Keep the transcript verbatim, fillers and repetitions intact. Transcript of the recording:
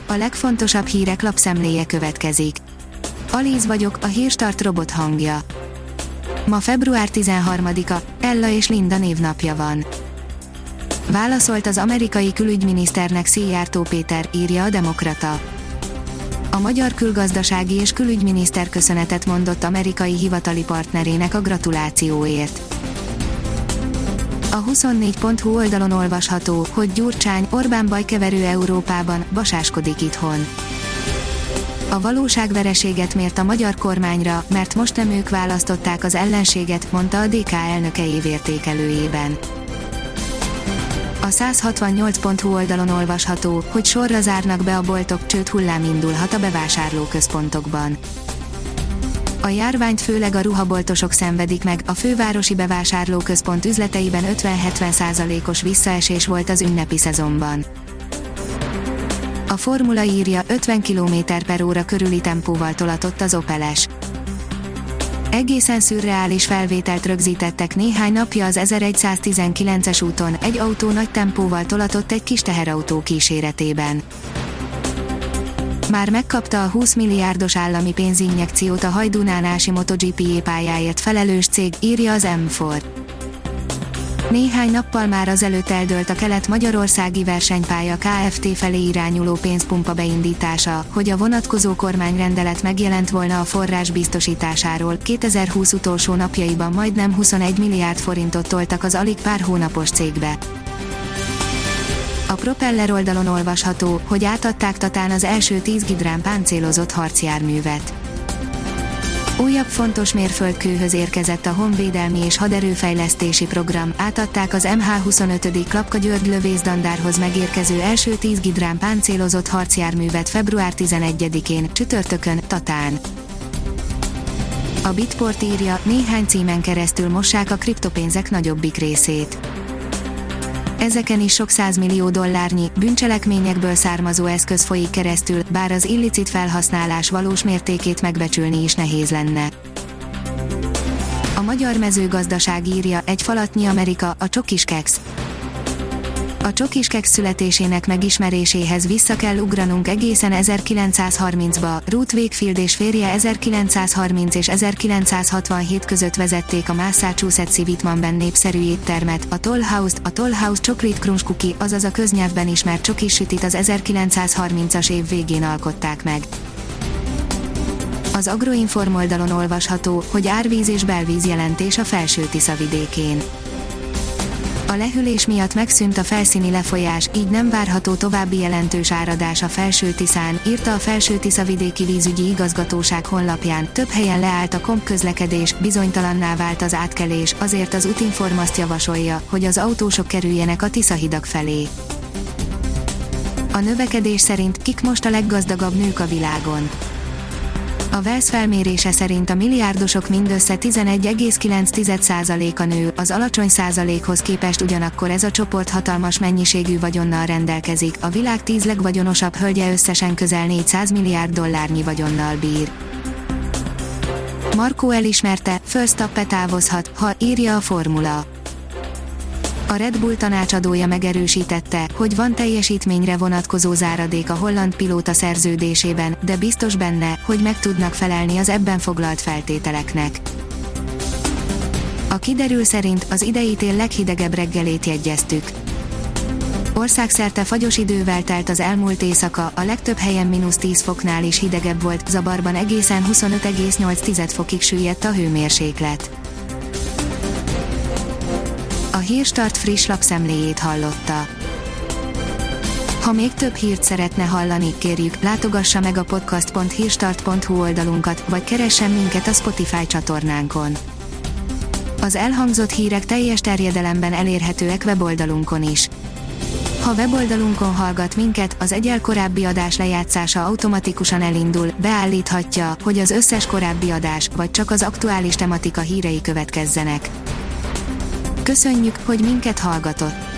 A legfontosabb hírek lapszemléje következik. Alíz vagyok, a Hírstart robot hangja. Ma február tizenharmadika, Ella és Linda névnapja van. Válaszolt az amerikai külügyminiszternek Szijjártó Péter, írja a Demokrata. A magyar külgazdasági és külügyminiszter köszönetet mondott amerikai hivatali partnerének a gratulációért. A huszonnégy pont hu oldalon olvasható, hogy Gyurcsány, Orbán bajkeverő Európában, basáskodik itthon. A valóság vereséget mért a magyar kormányra, mert most nem ők választották az ellenséget, mondta a dé ká elnöke évértékelőjében. A száz hatvannyolc pont hu oldalon olvasható, hogy sorra zárnak be a boltok, csőd hullám indulhat a bevásárlóközpontokban. A járványt főleg a ruhaboltosok szenvedik meg, a fővárosi bevásárlóközpont üzleteiben ötven-hetven százalékos visszaesés volt az ünnepi szezonban. A Formula írja, ötven kilométer per óra körüli tempóval tolatott az Opeles. Egészen szürreális felvételt rögzítettek néhány napja az ezerszáztizenkilences úton, egy autó nagy tempóval tolatott egy kis teherautó kíséretében. Már megkapta a húsz milliárdos állami pénzinjekciót a hajdúnánási MotoGP pályáért felelős cég, írja az M négy. Néhány nappal már azelőtt eldőlt a kelet-magyarországi versenypálya Kft. Felé irányuló pénzpumpa beindítása, hogy a vonatkozó kormányrendelet megjelent volna a forrás biztosításáról. kétezer-húsz utolsó napjaiban majdnem huszonegy milliárd forintot toltak az alig pár hónapos cégbe. A Propeller oldalon olvasható, hogy átadták Tatán az első tíz Gidrán páncélozott harcjárművet. Újabb fontos mérföldkőhöz érkezett a honvédelmi és haderőfejlesztési program, átadták az em há huszonötödik Klapka György lövészdandárhoz megérkező első tíz Gidrán páncélozott harcjárművet február tizenegyedikén, csütörtökön, Tatán. A Bitport írja, néhány címen keresztül mossák a kriptopénzek nagyobbik részét. Ezeken is sok százmillió dollárnyi, bűncselekményekből származó eszköz folyik keresztül, bár az illicit felhasználás valós mértékét megbecsülni is nehéz lenne. A Magyar Mezőgazdaság írja, egy falatnyi Amerika, a csokis keksz. A csokis keksz születésének megismeréséhez vissza kell ugranunk egészen ezerkilencszázharmincba, Ruth Wakefield és férje ezerkilencszázharminc és ezerkilencszázhatvanhét között vezették a Massachusetts-i Whitmanben népszerű éttermet, a Toll House-t, a Toll House Chocolate Crunch Cookie, azaz a köznyelvben ismert csokis sütit az ezerkilencszázharmincas év végén alkották meg. Az Agroinform oldalon olvasható, hogy árvíz és belvíz jelentés a Felső-Tisza vidékén. A lehűlés miatt megszűnt a felszíni lefolyás, így nem várható további jelentős áradás a Felső-Tiszán, írta a Felső-Tisza vidéki vízügyi igazgatóság honlapján. Több helyen leállt a kompközlekedés, bizonytalanná vált az átkelés, azért az Utinform azt javasolja, hogy az autósok kerüljenek a Tiszahidak felé. A növekedés szerint kik most a leggazdagabb nők a világon. A Wells felmérése szerint a milliárdosok mindössze tizenegy egész kilenc százaléka nő, az alacsony százalékhoz képest ugyanakkor ez a csoport hatalmas mennyiségű vagyonnal rendelkezik, a világ tíz legvagyonosabb hölgye összesen közel négyszáz milliárd dollárnyi vagyonnal bír. Marco elismerte, Verstappen távozhat, ha, írja a Formula. A Red Bull tanácsadója megerősítette, hogy van teljesítményre vonatkozó záradék a holland pilóta szerződésében, de biztos benne, hogy meg tudnak felelni az ebben foglalt feltételeknek. A kiderül szerint az idei tél leghidegebb reggelét jegyeztük. Országszerte fagyos idővel telt az elmúlt éjszaka, a legtöbb helyen mínusz tíz foknál is hidegebb volt, Zabarban egészen huszonöt egész nyolc fokig süllyedt a hőmérséklet. A Hírstart friss lapszemléjét hallotta. Ha még több hírt szeretne hallani, kérjük, látogassa meg a podcast pont hírstart pont hu oldalunkat, vagy keressen minket a Spotify csatornánkon. Az elhangzott hírek teljes terjedelemben elérhetőek weboldalunkon is. Ha weboldalunkon hallgat minket, az egyel korábbi adás lejátszása automatikusan elindul, beállíthatja, hogy az összes korábbi adás, vagy csak az aktuális tematika hírei következzenek. Köszönjük, hogy minket hallgatott!